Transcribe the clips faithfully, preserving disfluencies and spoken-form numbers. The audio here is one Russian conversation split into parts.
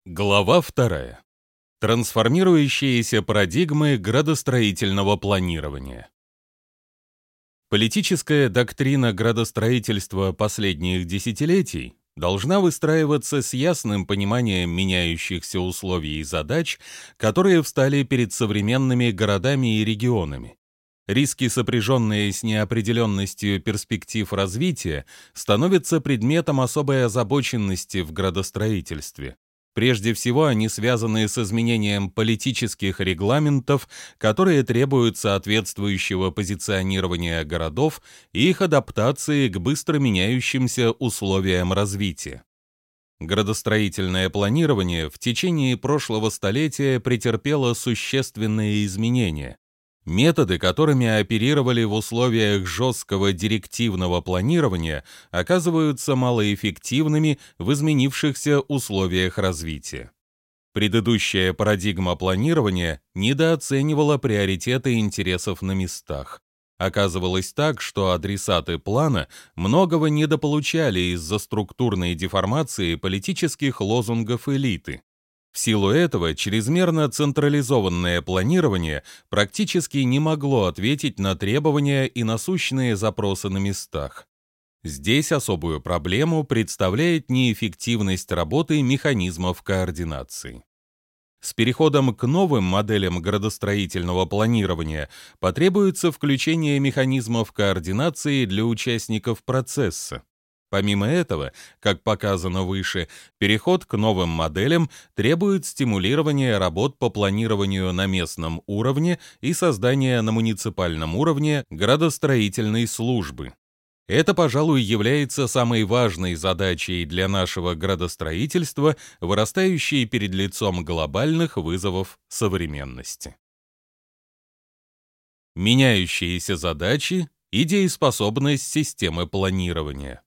Глава вторая. Трансформирующиеся парадигмы градостроительного планирования. Политическая доктрина градостроительства последних десятилетий должна выстраиваться с ясным пониманием меняющихся условий и задач, которые встали перед современными городами и регионами. Риски, сопряженные с неопределенностью перспектив развития, становятся предметом особой озабоченности в градостроительстве. Прежде всего, они связаны с изменением политических регламентов, которые требуют соответствующего позиционирования городов и их адаптации к быстро меняющимся условиям развития. Градостроительное планирование в течение прошлого столетия претерпело существенные изменения. Методы, которыми оперировали в условиях жесткого директивного планирования, оказываются малоэффективными в изменившихся условиях развития. Предыдущая парадигма планирования недооценивала приоритеты интересов на местах. Оказывалось так, что адресаты плана многого недополучали из-за структурной деформации политических лозунгов элиты. В силу этого чрезмерно централизованное планирование практически не могло ответить на требования и насущные запросы на местах. Здесь особую проблему представляет неэффективность работы механизмов координации. С переходом к новым моделям градостроительного планирования потребуется включение механизмов координации для участников процесса. Помимо этого, как показано выше, переход к новым моделям требует стимулирования работ по планированию на местном уровне и создания на муниципальном уровне градостроительной службы. Это, пожалуй, является самой важной задачей для нашего градостроительства, вырастающей перед лицом глобальных вызовов современности. Меняющиеся задачи и дееспособность системы планирования.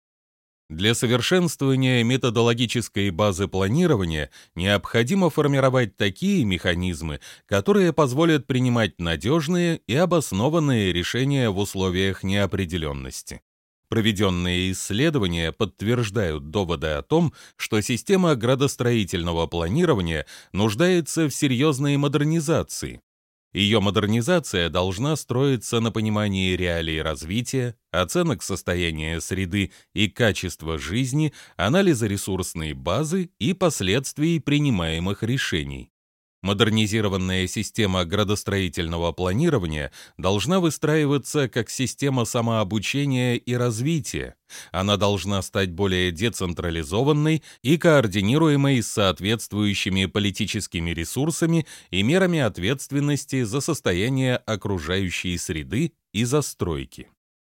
Для совершенствования методологической базы планирования необходимо формировать такие механизмы, которые позволят принимать надежные и обоснованные решения в условиях неопределенности. Проведенные исследования подтверждают доводы о том, что система градостроительного планирования нуждается в серьезной модернизации. Ее модернизация должна строиться на понимании реалий развития, оценок состояния среды и качества жизни, анализа ресурсной базы и последствий принимаемых решений. Модернизированная система градостроительного планирования должна выстраиваться как система самообучения и развития. Она должна стать более децентрализованной и координируемой с соответствующими политическими ресурсами и мерами ответственности за состояние окружающей среды и застройки.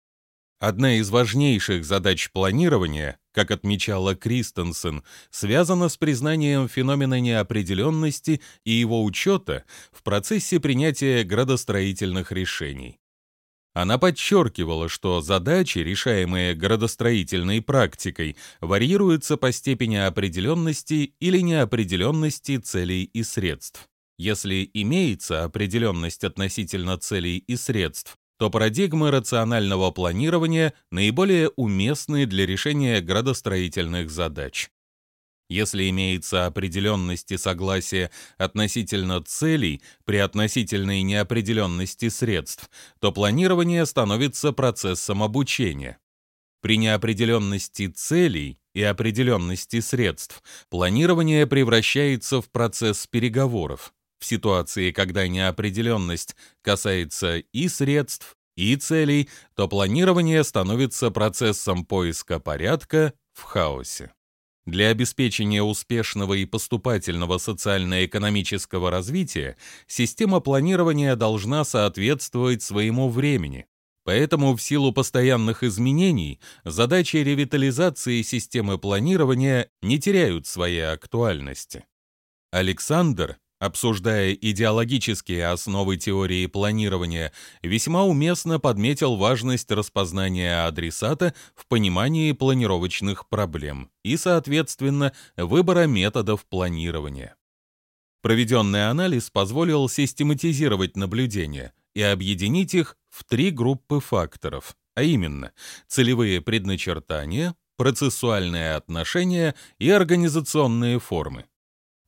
Одна из важнейших задач планирования, как отмечала Кристенсен, связана с признанием феномена неопределенности и его учета в процессе принятия градостроительных решений. Она подчеркивала, что задачи, решаемые градостроительной практикой, варьируются по степени определенности или неопределенности целей и средств. Если имеется определенность относительно целей и средств, то парадигмы рационального планирования наиболее уместны для решения градостроительных задач. Если имеется определенность и согласие относительно целей при относительной неопределенности средств, то планирование становится процессом обучения. При неопределенности целей и определенности средств планирование превращается в процесс переговоров. В ситуации, когда неопределенность касается и средств, и целей, то планирование становится процессом поиска порядка в хаосе. Для обеспечения успешного и поступательного социально-экономического развития система планирования должна соответствовать своему времени. Поэтому в силу постоянных изменений задачи ревитализации системы планирования не теряют своей актуальности. Александр, обсуждая идеологические основы теории планирования, весьма уместно подметил важность распознания адресата в понимании планировочных проблем и, соответственно, выбора методов планирования. Проведенный анализ позволил систематизировать наблюдения и объединить их в три группы факторов, а именно целевые предначертания, процессуальные отношения и организационные формы.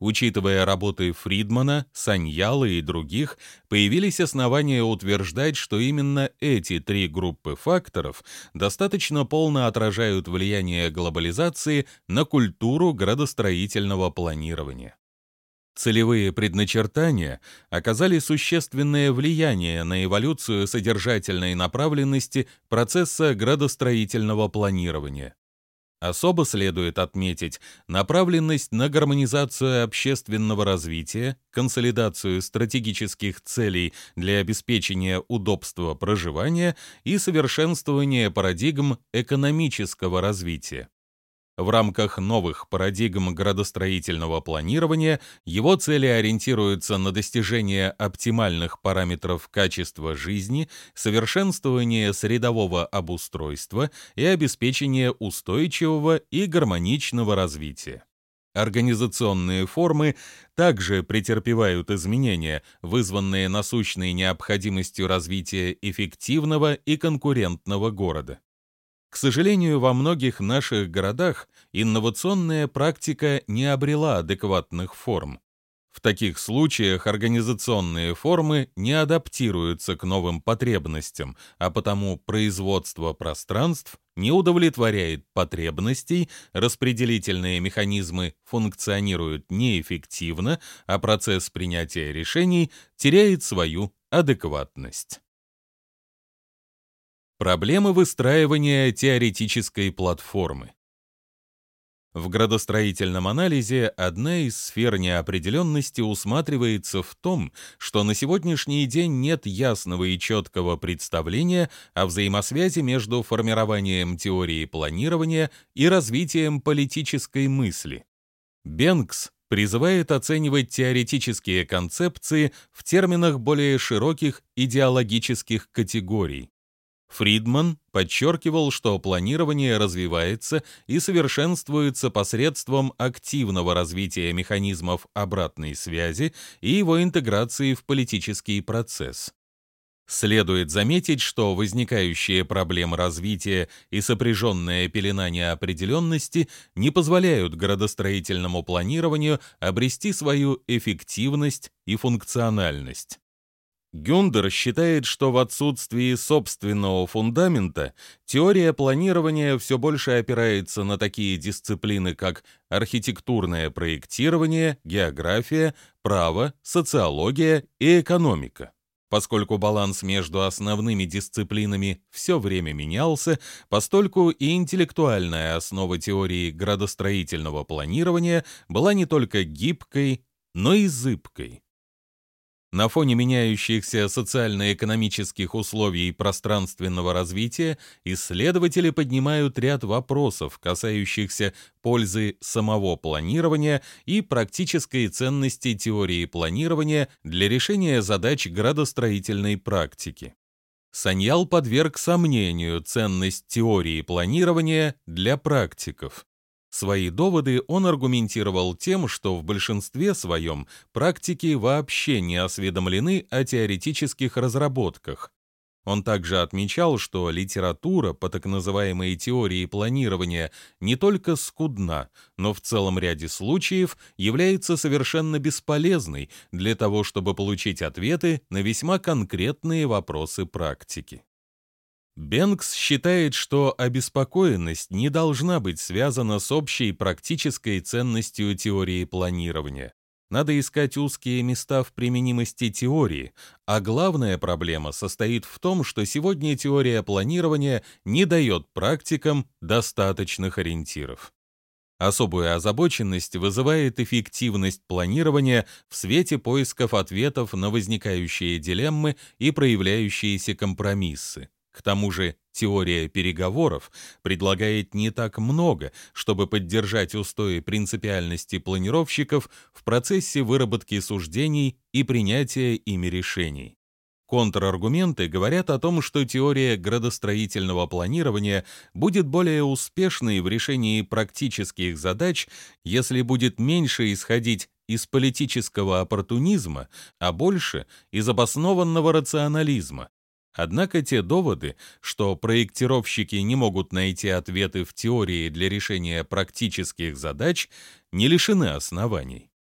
Учитывая работы Фридмана, Саньяла и других, появились основания утверждать, что именно эти три группы факторов достаточно полно отражают влияние глобализации на культуру градостроительного планирования. Целевые предначертания оказали существенное влияние на эволюцию содержательной направленности процесса градостроительного планирования. Особо следует отметить направленность на гармонизацию общественного развития, консолидацию стратегических целей для обеспечения удобства проживания и совершенствование парадигм экономического развития. В рамках новых парадигм градостроительного планирования его цели ориентируются на достижение оптимальных параметров качества жизни, совершенствование средового обустройства и обеспечение устойчивого и гармоничного развития. Организационные формы также претерпевают изменения, вызванные насущной необходимостью развития эффективного и конкурентного города. К сожалению, во многих наших городах инновационная практика не обрела адекватных форм. В таких случаях организационные формы не адаптируются к новым потребностям, а потому производство пространств не удовлетворяет потребностей, распределительные механизмы функционируют неэффективно, а процесс принятия решений теряет свою адекватность. Проблемы выстраивания теоретической платформы. В градостроительном анализе одна из сфер неопределенности усматривается в том, что на сегодняшний день нет ясного и четкого представления о взаимосвязи между формированием теории планирования и развитием политической мысли. Бенкс призывает оценивать теоретические концепции в терминах более широких идеологических категорий. Фридман подчеркивал, что планирование развивается и совершенствуется посредством активного развития механизмов обратной связи и его интеграции в политический процесс. Следует заметить, что возникающие проблемы развития и сопряженная пелена неопределенности не позволяют градостроительному планированию обрести свою эффективность и функциональность. Гюндер считает, что в отсутствии собственного фундамента теория планирования все больше опирается на такие дисциплины, как архитектурное проектирование, география, право, социология и экономика. Поскольку баланс между основными дисциплинами все время менялся, постольку и интеллектуальная основа теории градостроительного планирования была не только гибкой, но и зыбкой. На фоне меняющихся социально-экономических условий пространственного развития исследователи поднимают ряд вопросов, касающихся пользы самого планирования и практической ценности теории планирования для решения задач градостроительной практики. Саньял подверг сомнению ценность теории планирования для практиков. Свои доводы он аргументировал тем, что в большинстве своем практики вообще не осведомлены о теоретических разработках. Он также отмечал, что литература по так называемой теории планирования не только скудна, но в целом ряде случаев является совершенно бесполезной для того, чтобы получить ответы на весьма конкретные вопросы практики. Бенкс считает, что обеспокоенность не должна быть связана с общей практической ценностью теории планирования. Надо искать узкие места в применимости теории, а главная проблема состоит в том, что сегодня теория планирования не дает практикам достаточных ориентиров. Особую озабоченность вызывает эффективность планирования в свете поисков ответов на возникающие дилеммы и проявляющиеся компромиссы. К тому же теория переговоров предлагает не так много, чтобы поддержать устои принципиальности планировщиков в процессе выработки суждений и принятия ими решений. Контраргументы говорят о том, что теория градостроительного планирования будет более успешной в решении практических задач, если будет меньше исходить из политического оппортунизма, а больше из обоснованного рационализма. Однако те доводы, что проектировщики не могут найти ответы в теории для решения практических задач, не лишены оснований.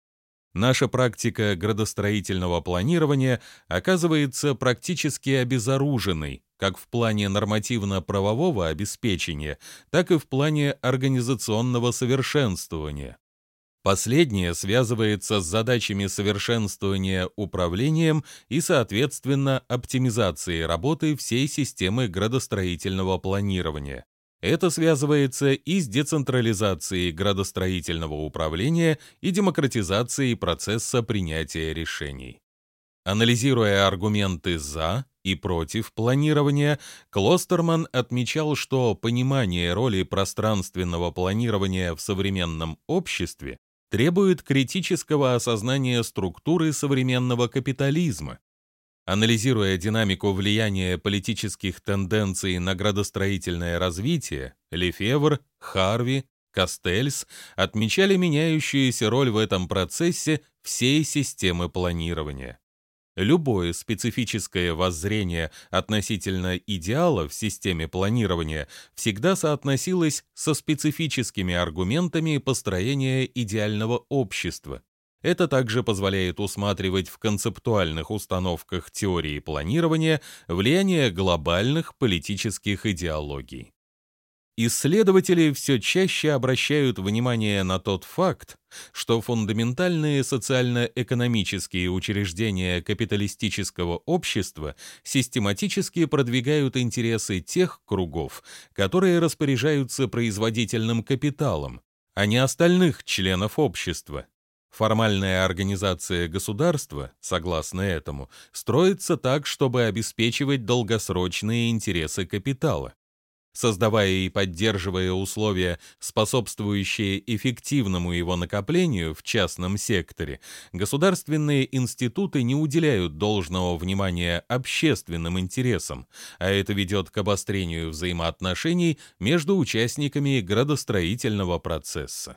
Наша практика градостроительного планирования оказывается практически обезоруженной, как в плане нормативно-правового обеспечения, так и в плане организационного совершенствования. Последнее связывается с задачами совершенствования управлением и, соответственно, оптимизацией работы всей системы градостроительного планирования. Это связывается и с децентрализацией градостроительного управления и демократизацией процесса принятия решений. Анализируя аргументы «за» и «против» планирования, Клостерман отмечал, что понимание роли пространственного планирования в современном обществе требует критического осознания структуры современного капитализма. Анализируя динамику влияния политических тенденций на градостроительное развитие, Лефевр, Харви, Кастельс отмечали меняющуюся роль в этом процессе всей системы планирования. Любое специфическое воззрение относительно идеала в системе планирования всегда соотносилось со специфическими аргументами построения идеального общества. Это также позволяет усматривать в концептуальных установках теории планирования влияние глобальных политических идеологий. Исследователи все чаще обращают внимание на тот факт, что фундаментальные социально-экономические учреждения капиталистического общества систематически продвигают интересы тех кругов, которые распоряжаются производительным капиталом, а не остальных членов общества. Формальная организация государства, согласно этому, строится так, чтобы обеспечивать долгосрочные интересы капитала. Создавая и поддерживая условия, способствующие эффективному его накоплению в частном секторе, государственные институты не уделяют должного внимания общественным интересам, а это ведет к обострению взаимоотношений между участниками градостроительного процесса.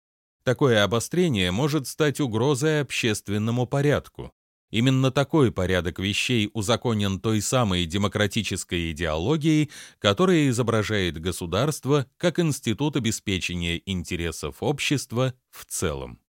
Такое обострение может стать угрозой общественному порядку. Именно такой порядок вещей узаконен той самой демократической идеологией, которая изображает государство как институт обеспечения интересов общества в целом.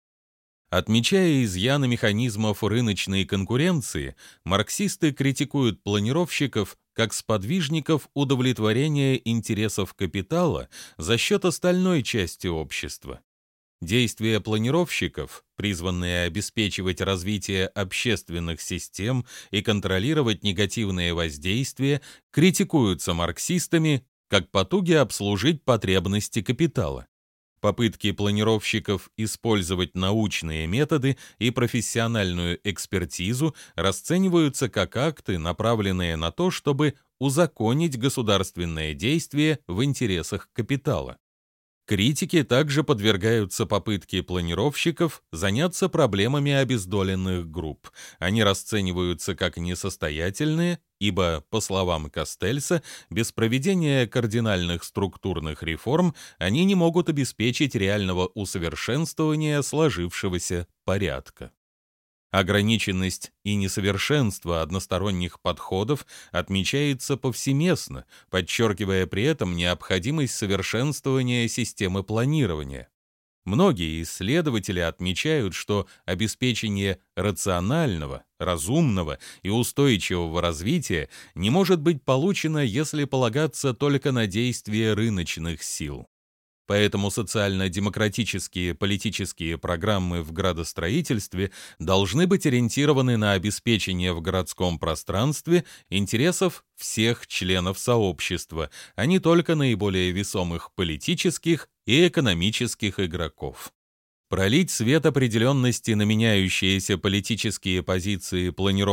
Отмечая изъяны механизмов рыночной конкуренции, марксисты критикуют планировщиков как сподвижников удовлетворения интересов капитала за счет остальной части общества. Действия планировщиков, призванные обеспечивать развитие общественных систем и контролировать негативные воздействия, критикуются марксистами как потуги обслужить потребности капитала. Попытки планировщиков использовать научные методы и профессиональную экспертизу расцениваются как акты, направленные на то, чтобы узаконить государственное действие в интересах капитала. Критики также подвергаются попытке планировщиков заняться проблемами обездоленных групп. Они расцениваются как несостоятельные, ибо, по словам Кастельса, без проведения кардинальных структурных реформ они не могут обеспечить реального усовершенствования сложившегося порядка. Ограниченность и несовершенство односторонних подходов отмечается повсеместно, подчеркивая при этом необходимость совершенствования системы планирования. Многие исследователи отмечают, что обеспечение рационального, разумного и устойчивого развития не может быть получено, если полагаться только на действия рыночных сил. Поэтому социально-демократические политические программы в градостроительстве должны быть ориентированы на обеспечение в городском пространстве интересов всех членов сообщества, а не только наиболее весомых политических и экономических игроков. Пролить свет определенности на меняющиеся политические позиции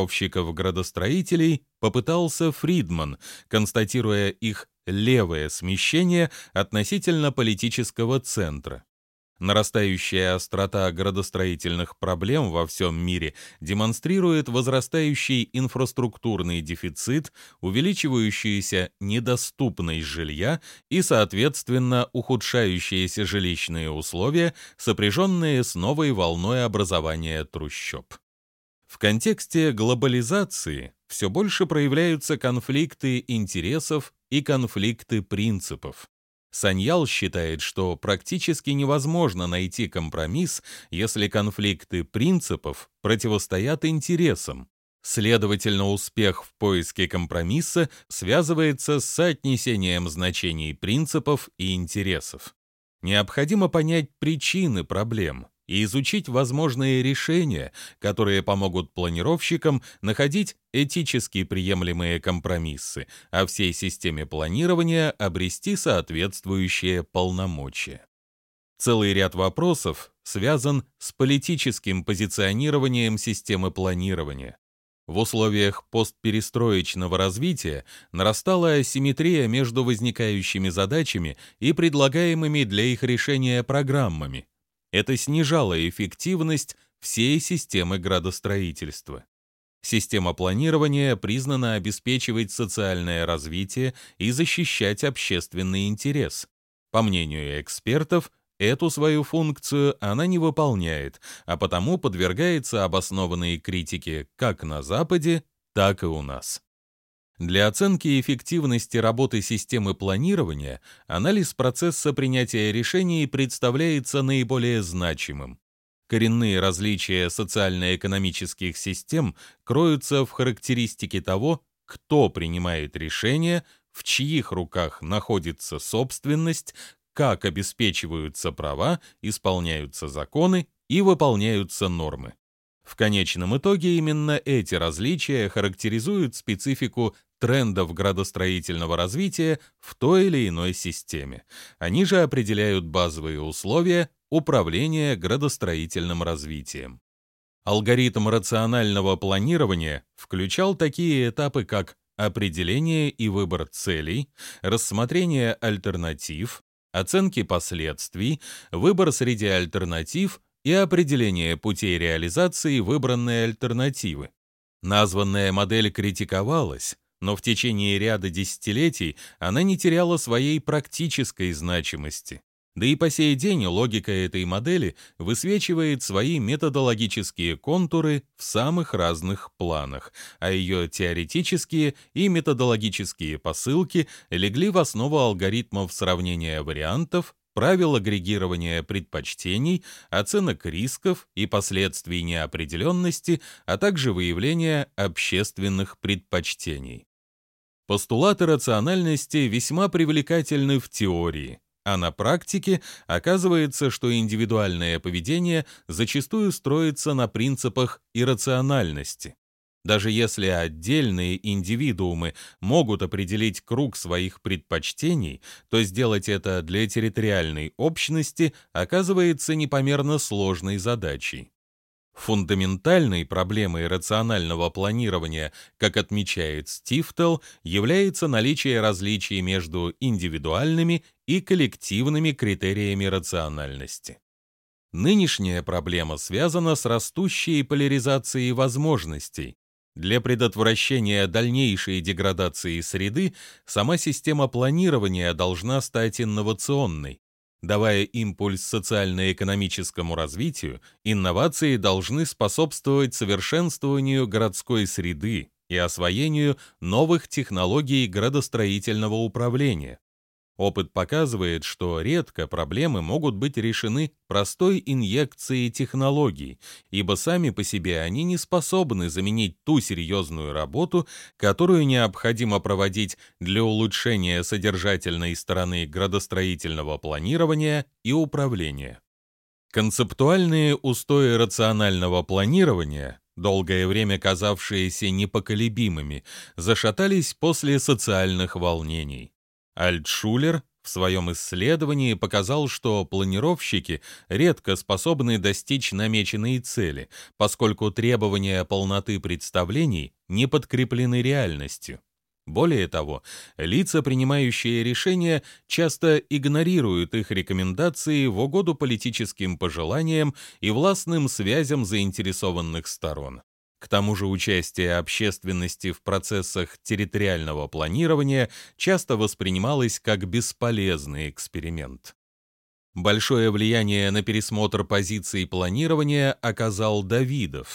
планировщиков-градостроителей попытался Фридман, констатируя их левое смещение относительно политического центра. Нарастающая острота градостроительных проблем во всем мире демонстрирует возрастающий инфраструктурный дефицит, увеличивающуюся недоступность жилья и, соответственно, ухудшающиеся жилищные условия, сопряженные с новой волной образования трущоб. В контексте глобализации все больше проявляются конфликты интересов и конфликты принципов. Саньял считает, что практически невозможно найти компромисс, если конфликты принципов противостоят интересам. Следовательно, успех в поиске компромисса связывается с соотнесением значений принципов и интересов. Необходимо понять причины проблем и изучить возможные решения, которые помогут планировщикам находить этически приемлемые компромиссы, а всей системе планирования обрести соответствующие полномочия. Целый ряд вопросов связан с политическим позиционированием системы планирования. В условиях постперестроечного развития нарастала асимметрия между возникающими задачами и предлагаемыми для их решения программами. Это снижало эффективность всей системы градостроительства. Система планирования признана обеспечивать социальное развитие и защищать общественный интерес. По мнению экспертов, эту свою функцию она не выполняет, а потому подвергается обоснованной критике как на Западе, так и у нас. Для оценки эффективности работы системы планирования анализ процесса принятия решений представляется наиболее значимым. Коренные различия социально-экономических систем кроются в характеристике того, кто принимает решения, в чьих руках находится собственность, как обеспечиваются права, исполняются законы и выполняются нормы. В конечном итоге именно эти различия характеризуют специфику трендов градостроительного развития в той или иной системе. Они же определяют базовые условия управления градостроительным развитием. Алгоритм рационального планирования включал такие этапы, как определение и выбор целей, рассмотрение альтернатив, оценки последствий, выбор среди альтернатив и определение путей реализации выбранной альтернативы. Названная модель критиковалась, но в течение ряда десятилетий она не теряла своей практической значимости. Да и по сей день логика этой модели высвечивает свои методологические контуры в самых разных планах, а ее теоретические и методологические посылки легли в основу алгоритмов сравнения вариантов, правил агрегирования предпочтений, оценок рисков и последствий неопределенности, а также выявления общественных предпочтений. Постулаты рациональности весьма привлекательны в теории, а на практике оказывается, что индивидуальное поведение зачастую строится на принципах иррациональности. Даже если отдельные индивидуумы могут определить круг своих предпочтений, то сделать это для территориальной общности оказывается непомерно сложной задачей. Фундаментальной проблемой рационального планирования, как отмечает Стифтел, является наличие различий между индивидуальными и коллективными критериями рациональности. Нынешняя проблема связана с растущей поляризацией возможностей. Для предотвращения дальнейшей деградации среды сама система планирования должна стать инновационной. Давая импульс социально-экономическому развитию, инновации должны способствовать совершенствованию городской среды и освоению новых технологий градостроительного управления. Опыт показывает, что редко проблемы могут быть решены простой инъекцией технологий, ибо сами по себе они не способны заменить ту серьезную работу, которую необходимо проводить для улучшения содержательной стороны градостроительного планирования и управления. Концептуальные устои рационального планирования, долгое время казавшиеся непоколебимыми, зашатались после социальных волнений. Альтшулер в своем исследовании показал, что планировщики редко способны достичь намеченной цели, поскольку требования полноты представлений не подкреплены реальностью. Более того, лица, принимающие решения, часто игнорируют их рекомендации в угоду политическим пожеланиям и властным связям заинтересованных сторон. К тому же участие общественности в процессах территориального планирования часто воспринималось как бесполезный эксперимент. Большое влияние на пересмотр позиций планирования оказал Давидов.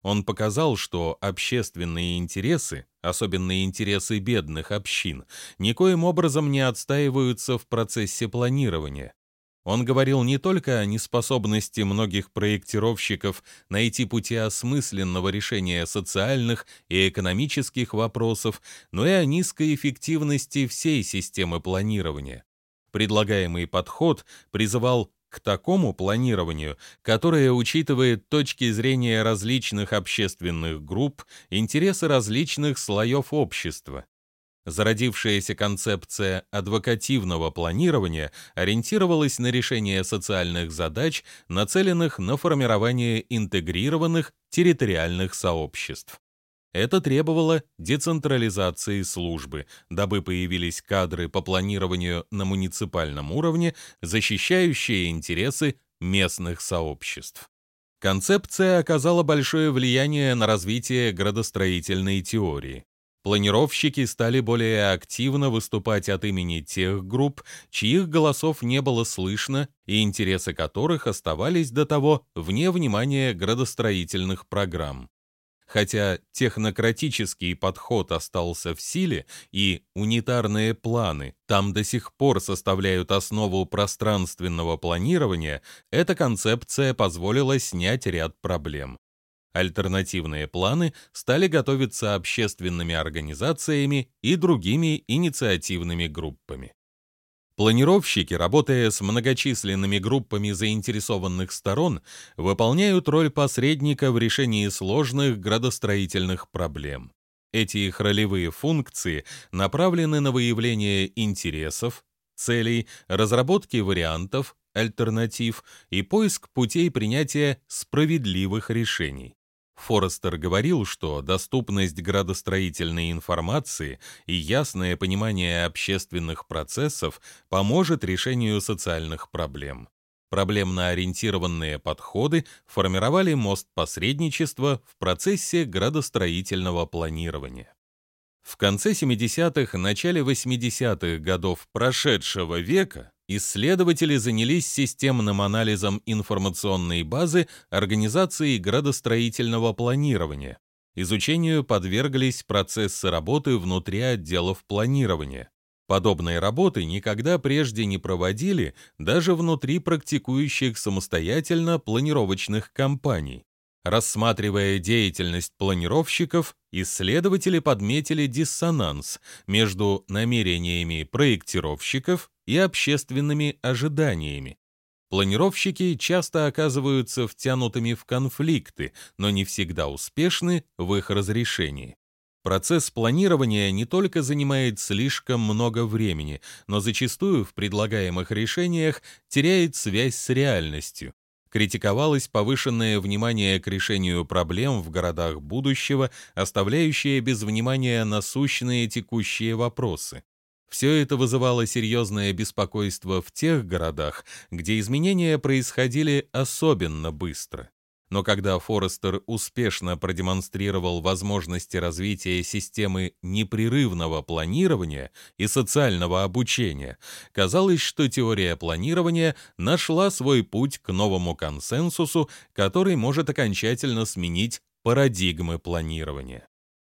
Он показал, что общественные интересы, особенно интересы бедных общин, никоим образом не отстаиваются в процессе планирования. Он говорил не только о неспособности многих проектировщиков найти пути осмысленного решения социальных и экономических вопросов, но и о низкой эффективности всей системы планирования. Предлагаемый подход призывал к такому планированию, которое учитывает точки зрения различных общественных групп, интересы различных слоев общества. Зародившаяся концепция адвокативного планирования ориентировалась на решение социальных задач, нацеленных на формирование интегрированных территориальных сообществ. Это требовало децентрализации службы, дабы появились кадры по планированию на муниципальном уровне, защищающие интересы местных сообществ. Концепция оказала большое влияние на развитие градостроительной теории. Планировщики стали более активно выступать от имени тех групп, чьих голосов не было слышно и интересы которых оставались до того вне внимания градостроительных программ. Хотя технократический подход остался в силе и унитарные планы там до сих пор составляют основу пространственного планирования, эта концепция позволила снять ряд проблем. Альтернативные планы стали готовиться общественными организациями и другими инициативными группами. Планировщики, работая с многочисленными группами заинтересованных сторон, выполняют роль посредника в решении сложных градостроительных проблем. Эти их ролевые функции направлены на выявление интересов, целей, разработки вариантов, альтернатив и поиск путей принятия справедливых решений. Форестер говорил, что доступность градостроительной информации и ясное понимание общественных процессов поможет решению социальных проблем. Проблемно-ориентированные подходы формировали мост посредничества в процессе градостроительного планирования. В конце семидесятых, начале восьмидесятых годов прошедшего века исследователи занялись системным анализом информационной базы организации градостроительного планирования. Изучению подверглись процессы работы внутри отделов планирования. Подобные работы никогда прежде не проводили даже внутри практикующих самостоятельно планировочных компаний. Рассматривая деятельность планировщиков, исследователи подметили диссонанс между намерениями проектировщиков и общественными ожиданиями. Планировщики часто оказываются втянутыми в конфликты, но не всегда успешны в их разрешении. Процесс планирования не только занимает слишком много времени, но зачастую в предлагаемых решениях теряет связь с реальностью. Критиковалось повышенное внимание к решению проблем в городах будущего, оставляющее без внимания насущные текущие вопросы. Все это вызывало серьезное беспокойство в тех городах, где изменения происходили особенно быстро. Но когда Форестер успешно продемонстрировал возможности развития системы непрерывного планирования и социального обучения, казалось, что теория планирования нашла свой путь к новому консенсусу, который может окончательно сменить парадигмы планирования.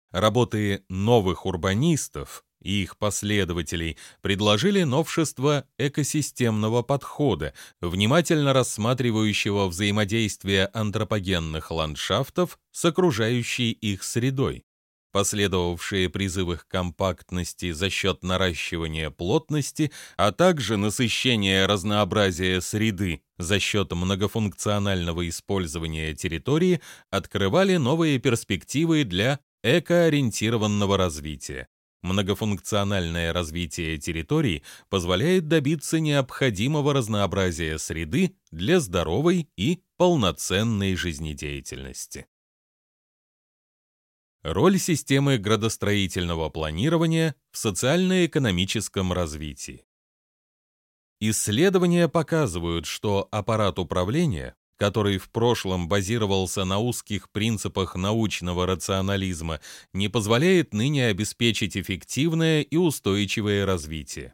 Работы новых урбанистов и их последователей предложили новшество экосистемного подхода, внимательно рассматривающего взаимодействие антропогенных ландшафтов с окружающей их средой. Последовавшие призывы к компактности за счет наращивания плотности, а также насыщения разнообразия среды за счет многофункционального использования территории открывали новые перспективы для экоориентированного развития. Многофункциональное развитие территорий позволяет добиться необходимого разнообразия среды для здоровой и полноценной жизнедеятельности. Роль системы градостроительного планирования в социально-экономическом развитии. Исследования показывают, что аппарат управления, который в прошлом базировался на узких принципах научного рационализма, не позволяет ныне обеспечить эффективное и устойчивое развитие.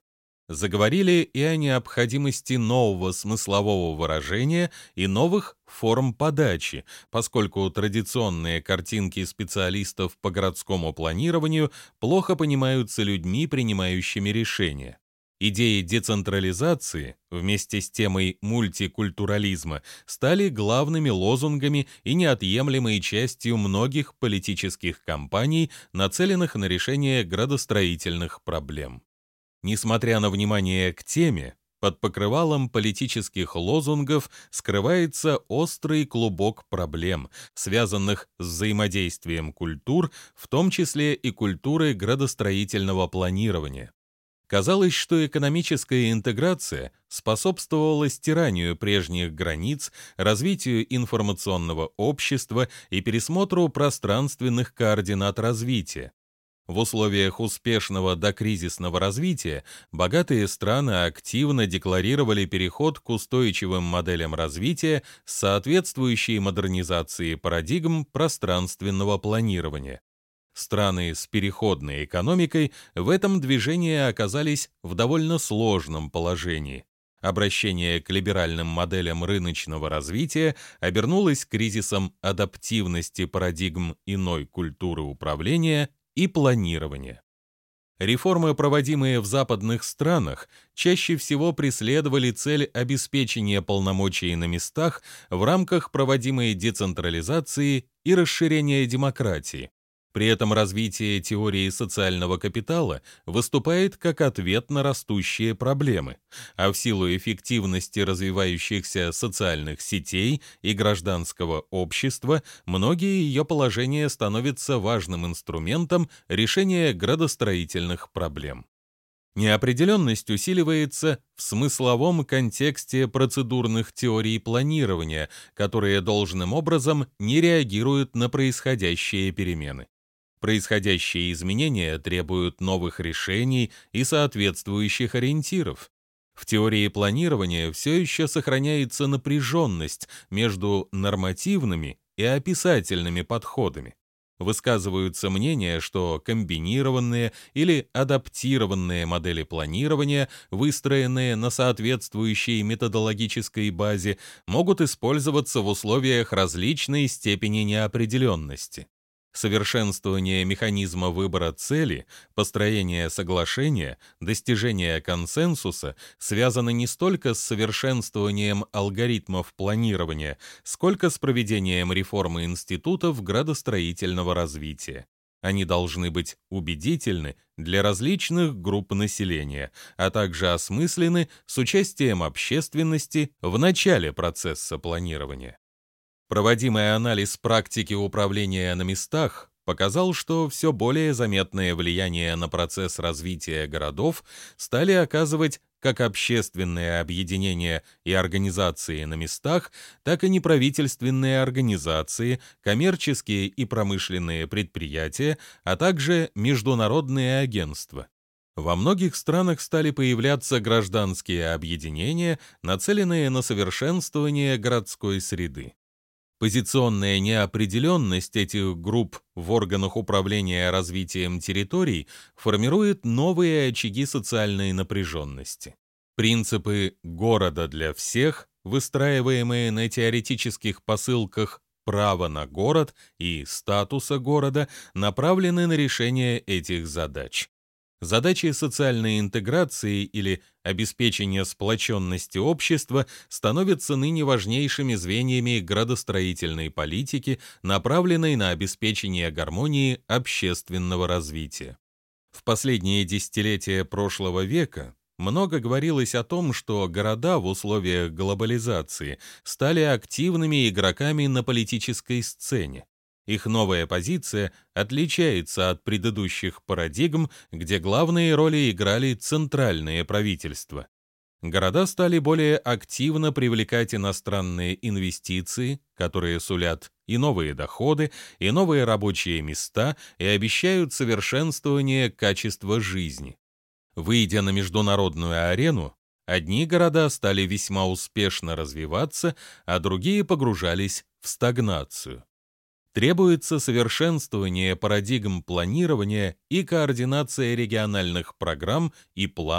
Заговорили и о необходимости нового смыслового выражения и новых форм подачи, поскольку традиционные картинки специалистов по городскому планированию плохо понимаются людьми, принимающими решения. Идеи децентрализации вместе с темой мультикультурализма стали главными лозунгами и неотъемлемой частью многих политических кампаний, нацеленных на решение градостроительных проблем. Несмотря на внимание к теме, под покрывалом политических лозунгов скрывается острый клубок проблем, связанных с взаимодействием культур, в том числе и культуры градостроительного планирования. Казалось, что экономическая интеграция способствовала стиранию прежних границ, развитию информационного общества и пересмотру пространственных координат развития. В условиях успешного докризисного развития богатые страны активно декларировали переход к устойчивым моделям развития с соответствующей модернизацией парадигм пространственного планирования. Страны с переходной экономикой в этом движении оказались в довольно сложном положении. Обращение к либеральным моделям рыночного развития обернулось кризисом адаптивности парадигм иной культуры управления и планирования. Реформы, проводимые в западных странах, чаще всего преследовали цель обеспечения полномочий на местах в рамках проводимой децентрализации и расширения демократии. При этом развитие теории социального капитала выступает как ответ на растущие проблемы, а в силу эффективности развивающихся социальных сетей и гражданского общества многие ее положения становятся важным инструментом решения градостроительных проблем. Неопределенность усиливается в смысловом контексте процедурных теорий планирования, которые должным образом не реагируют на происходящие перемены. Происходящие изменения требуют новых решений и соответствующих ориентиров. В теории планирования все еще сохраняется напряженность между нормативными и описательными подходами. Высказываются мнения, что комбинированные или адаптированные модели планирования, выстроенные на соответствующей методологической базе, могут использоваться в условиях различной степени неопределенности. Совершенствование механизма выбора цели, построение соглашения, достижение консенсуса связано не столько с совершенствованием алгоритмов планирования, сколько с проведением реформы институтов градостроительного развития. Они должны быть убедительны для различных групп населения, а также осмысленны с участием общественности в начале процесса планирования. Проводимый анализ практики управления на местах показал, что все более заметное влияние на процесс развития городов стали оказывать как общественные объединения и организации на местах, так и неправительственные организации, коммерческие и промышленные предприятия, а также международные агентства. Во многих странах стали появляться гражданские объединения, нацеленные на совершенствование городской среды. Позиционная неопределенность этих групп в органах управления развитием территорий формирует новые очаги социальной напряженности. Принципы «города для всех», выстраиваемые на теоретических посылках «право на город» и «статуса города», направлены на решение этих задач. Задачи социальной интеграции или обеспечения сплоченности общества становятся ныне важнейшими звеньями градостроительной политики, направленной на обеспечение гармонии общественного развития. В последние десятилетия прошлого века много говорилось о том, что города в условиях глобализации стали активными игроками на политической сцене. Их новая позиция отличается от предыдущих парадигм, где главные роли играли центральные правительства. Города стали более активно привлекать иностранные инвестиции, которые сулят и новые доходы, и новые рабочие места, и обещают совершенствование качества жизни. Выйдя на международную арену, одни города стали весьма успешно развиваться, а другие погружались в стагнацию. Требуется совершенствование парадигм планирования и координация региональных программ и планов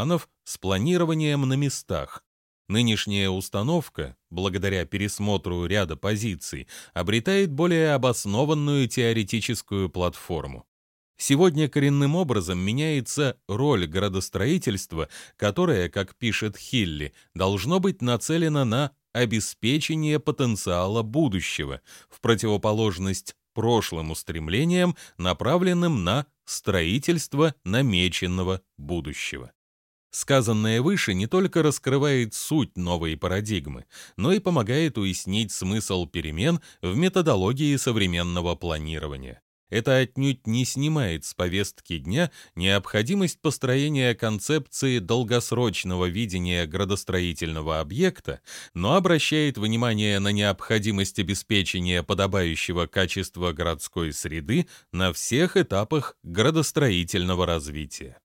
с планированием на местах. Нынешняя установка, благодаря пересмотру ряда позиций, обретает более обоснованную теоретическую платформу. Сегодня коренным образом меняется роль градостроительства, которое, как пишет Хилли, должно быть нацелено на обеспечение потенциала будущего, в противоположность прошлым устремлениям, направленным на строительство намеченного будущего. Сказанное выше не только раскрывает суть новой парадигмы, но и помогает уяснить смысл перемен в методологии современного планирования. Это отнюдь не снимает с повестки дня необходимость построения концепции долгосрочного видения градостроительного объекта, но обращает внимание на необходимость обеспечения подобающего качества городской среды на всех этапах градостроительного развития.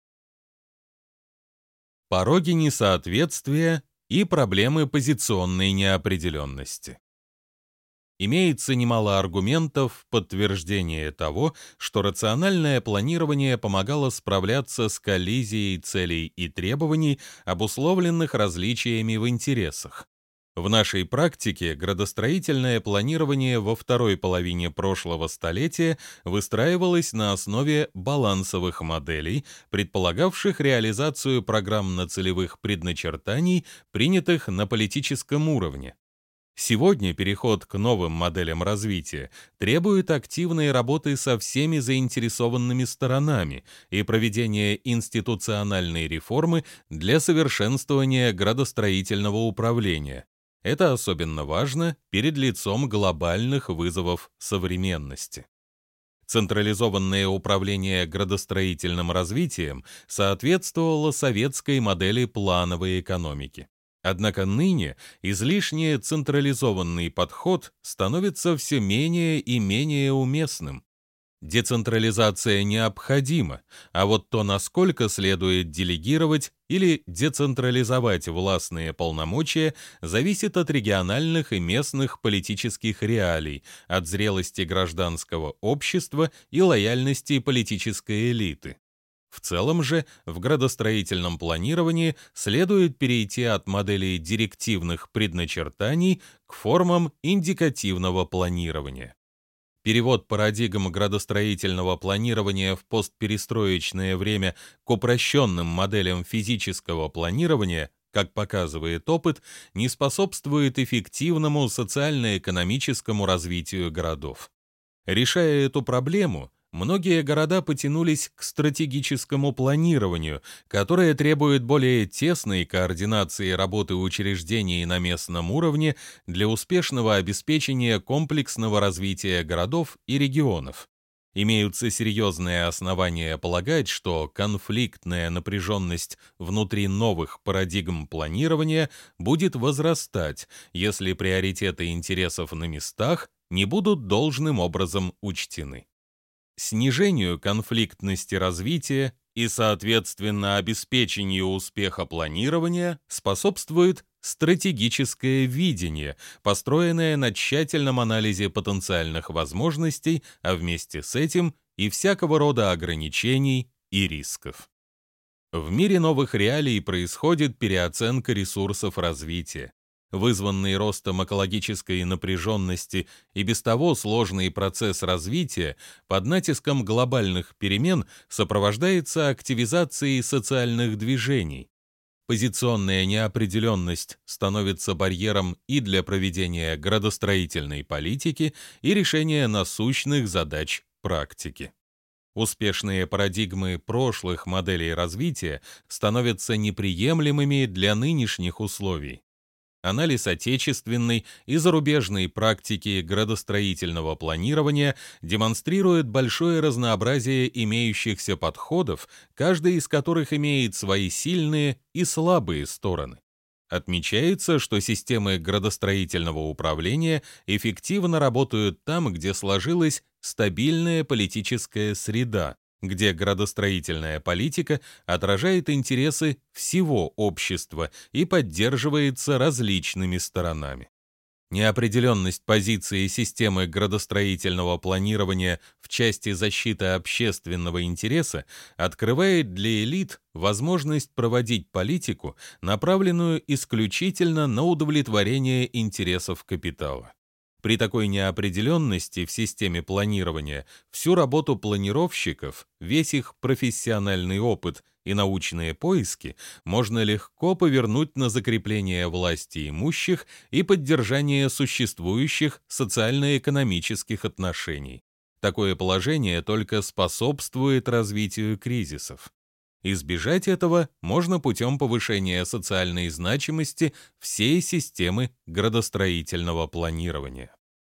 Пороги несоответствия и проблемы позиционной неопределенности. Имеется немало аргументов в подтверждение того, что рациональное планирование помогало справляться с коллизией целей и требований, обусловленных различиями в интересах. В нашей практике градостроительное планирование во второй половине прошлого столетия выстраивалось на основе балансовых моделей, предполагавших реализацию программно-целевых предначертаний, принятых на политическом уровне. Сегодня переход к новым моделям развития требует активной работы со всеми заинтересованными сторонами и проведения институциональной реформы для совершенствования градостроительного управления. Это особенно важно перед лицом глобальных вызовов современности. Централизованное управление градостроительным развитием соответствовало советской модели плановой экономики. Однако ныне излишне централизованный подход становится все менее и менее уместным. Децентрализация необходима, а вот то, насколько следует делегировать или децентрализовать властные полномочия, зависит от региональных и местных политических реалий, от зрелости гражданского общества и лояльности политической элиты. В целом же в градостроительном планировании следует перейти от моделей директивных предначертаний к формам индикативного планирования. Перевод парадигм градостроительного планирования в постперестроечное время к упрощенным моделям физического планирования, как показывает опыт, не способствует эффективному социально-экономическому развитию городов. Решая эту проблему, многие города потянулись к стратегическому планированию, которое требует более тесной координации работы учреждений на местном уровне для успешного обеспечения комплексного развития городов и регионов. Имеются серьезные основания полагать, что конфликтная напряженность внутри новых парадигм планирования будет возрастать, если приоритеты интересов на местах не будут должным образом учтены. Снижению конфликтности развития и, соответственно, обеспечению успеха планирования способствует стратегическое видение, построенное на тщательном анализе потенциальных возможностей, а вместе с этим и всякого рода ограничений и рисков. В мире новых реалий происходит переоценка ресурсов развития. Вызванный ростом экологической напряженности и без того сложный процесс развития под натиском глобальных перемен сопровождается активизацией социальных движений. Позиционная неопределенность становится барьером и для проведения градостроительной политики, и решения насущных задач практики. Успешные парадигмы прошлых моделей развития становятся неприемлемыми для нынешних условий. Анализ отечественной и зарубежной практики градостроительного планирования демонстрирует большое разнообразие имеющихся подходов, каждый из которых имеет свои сильные и слабые стороны. Отмечается, что системы градостроительного управления эффективно работают там, где сложилась стабильная политическая среда, где градостроительная политика отражает интересы всего общества и поддерживается различными сторонами. Неопределенность позиции системы градостроительного планирования в части защиты общественного интереса открывает для элит возможность проводить политику, направленную исключительно на удовлетворение интересов капитала. При такой неопределенности в системе планирования всю работу планировщиков, весь их профессиональный опыт и научные поиски можно легко повернуть на закрепление власти имущих и поддержание существующих социально-экономических отношений. Такое положение только способствует развитию кризисов. Избежать этого можно путем повышения социальной значимости всей системы градостроительного планирования.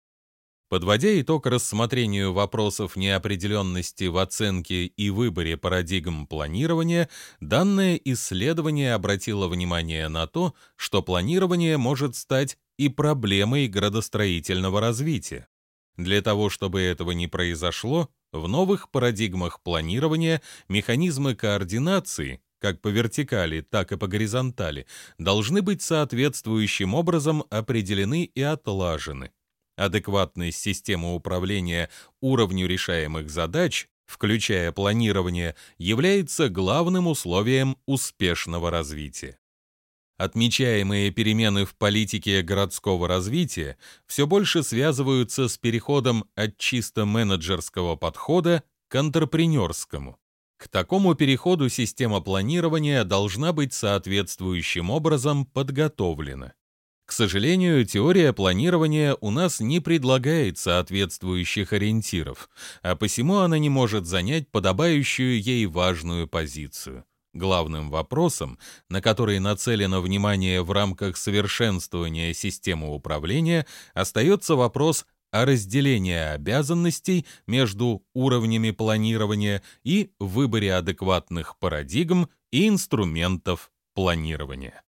Подводя итог рассмотрению вопросов неопределенности в оценке и выборе парадигм планирования, данное исследование обратило внимание на то, что планирование может стать и проблемой градостроительного развития. Для того, чтобы этого не произошло, в новых парадигмах планирования механизмы координации, как по вертикали, так и по горизонтали, должны быть соответствующим образом определены и отлажены. Адекватность системы управления уровню решаемых задач, включая планирование, является главным условием успешного развития. Отмечаемые перемены в политике городского развития все больше связываются с переходом от чисто менеджерского подхода к антрепренерскому. К такому переходу система планирования должна быть соответствующим образом подготовлена. К сожалению, теория планирования у нас не предлагает соответствующих ориентиров, а посему она не может занять подобающую ей важную позицию. Главным вопросом, на который нацелено внимание в рамках совершенствования системы управления, остается вопрос о разделении обязанностей между уровнями планирования и выборе адекватных парадигм и инструментов планирования.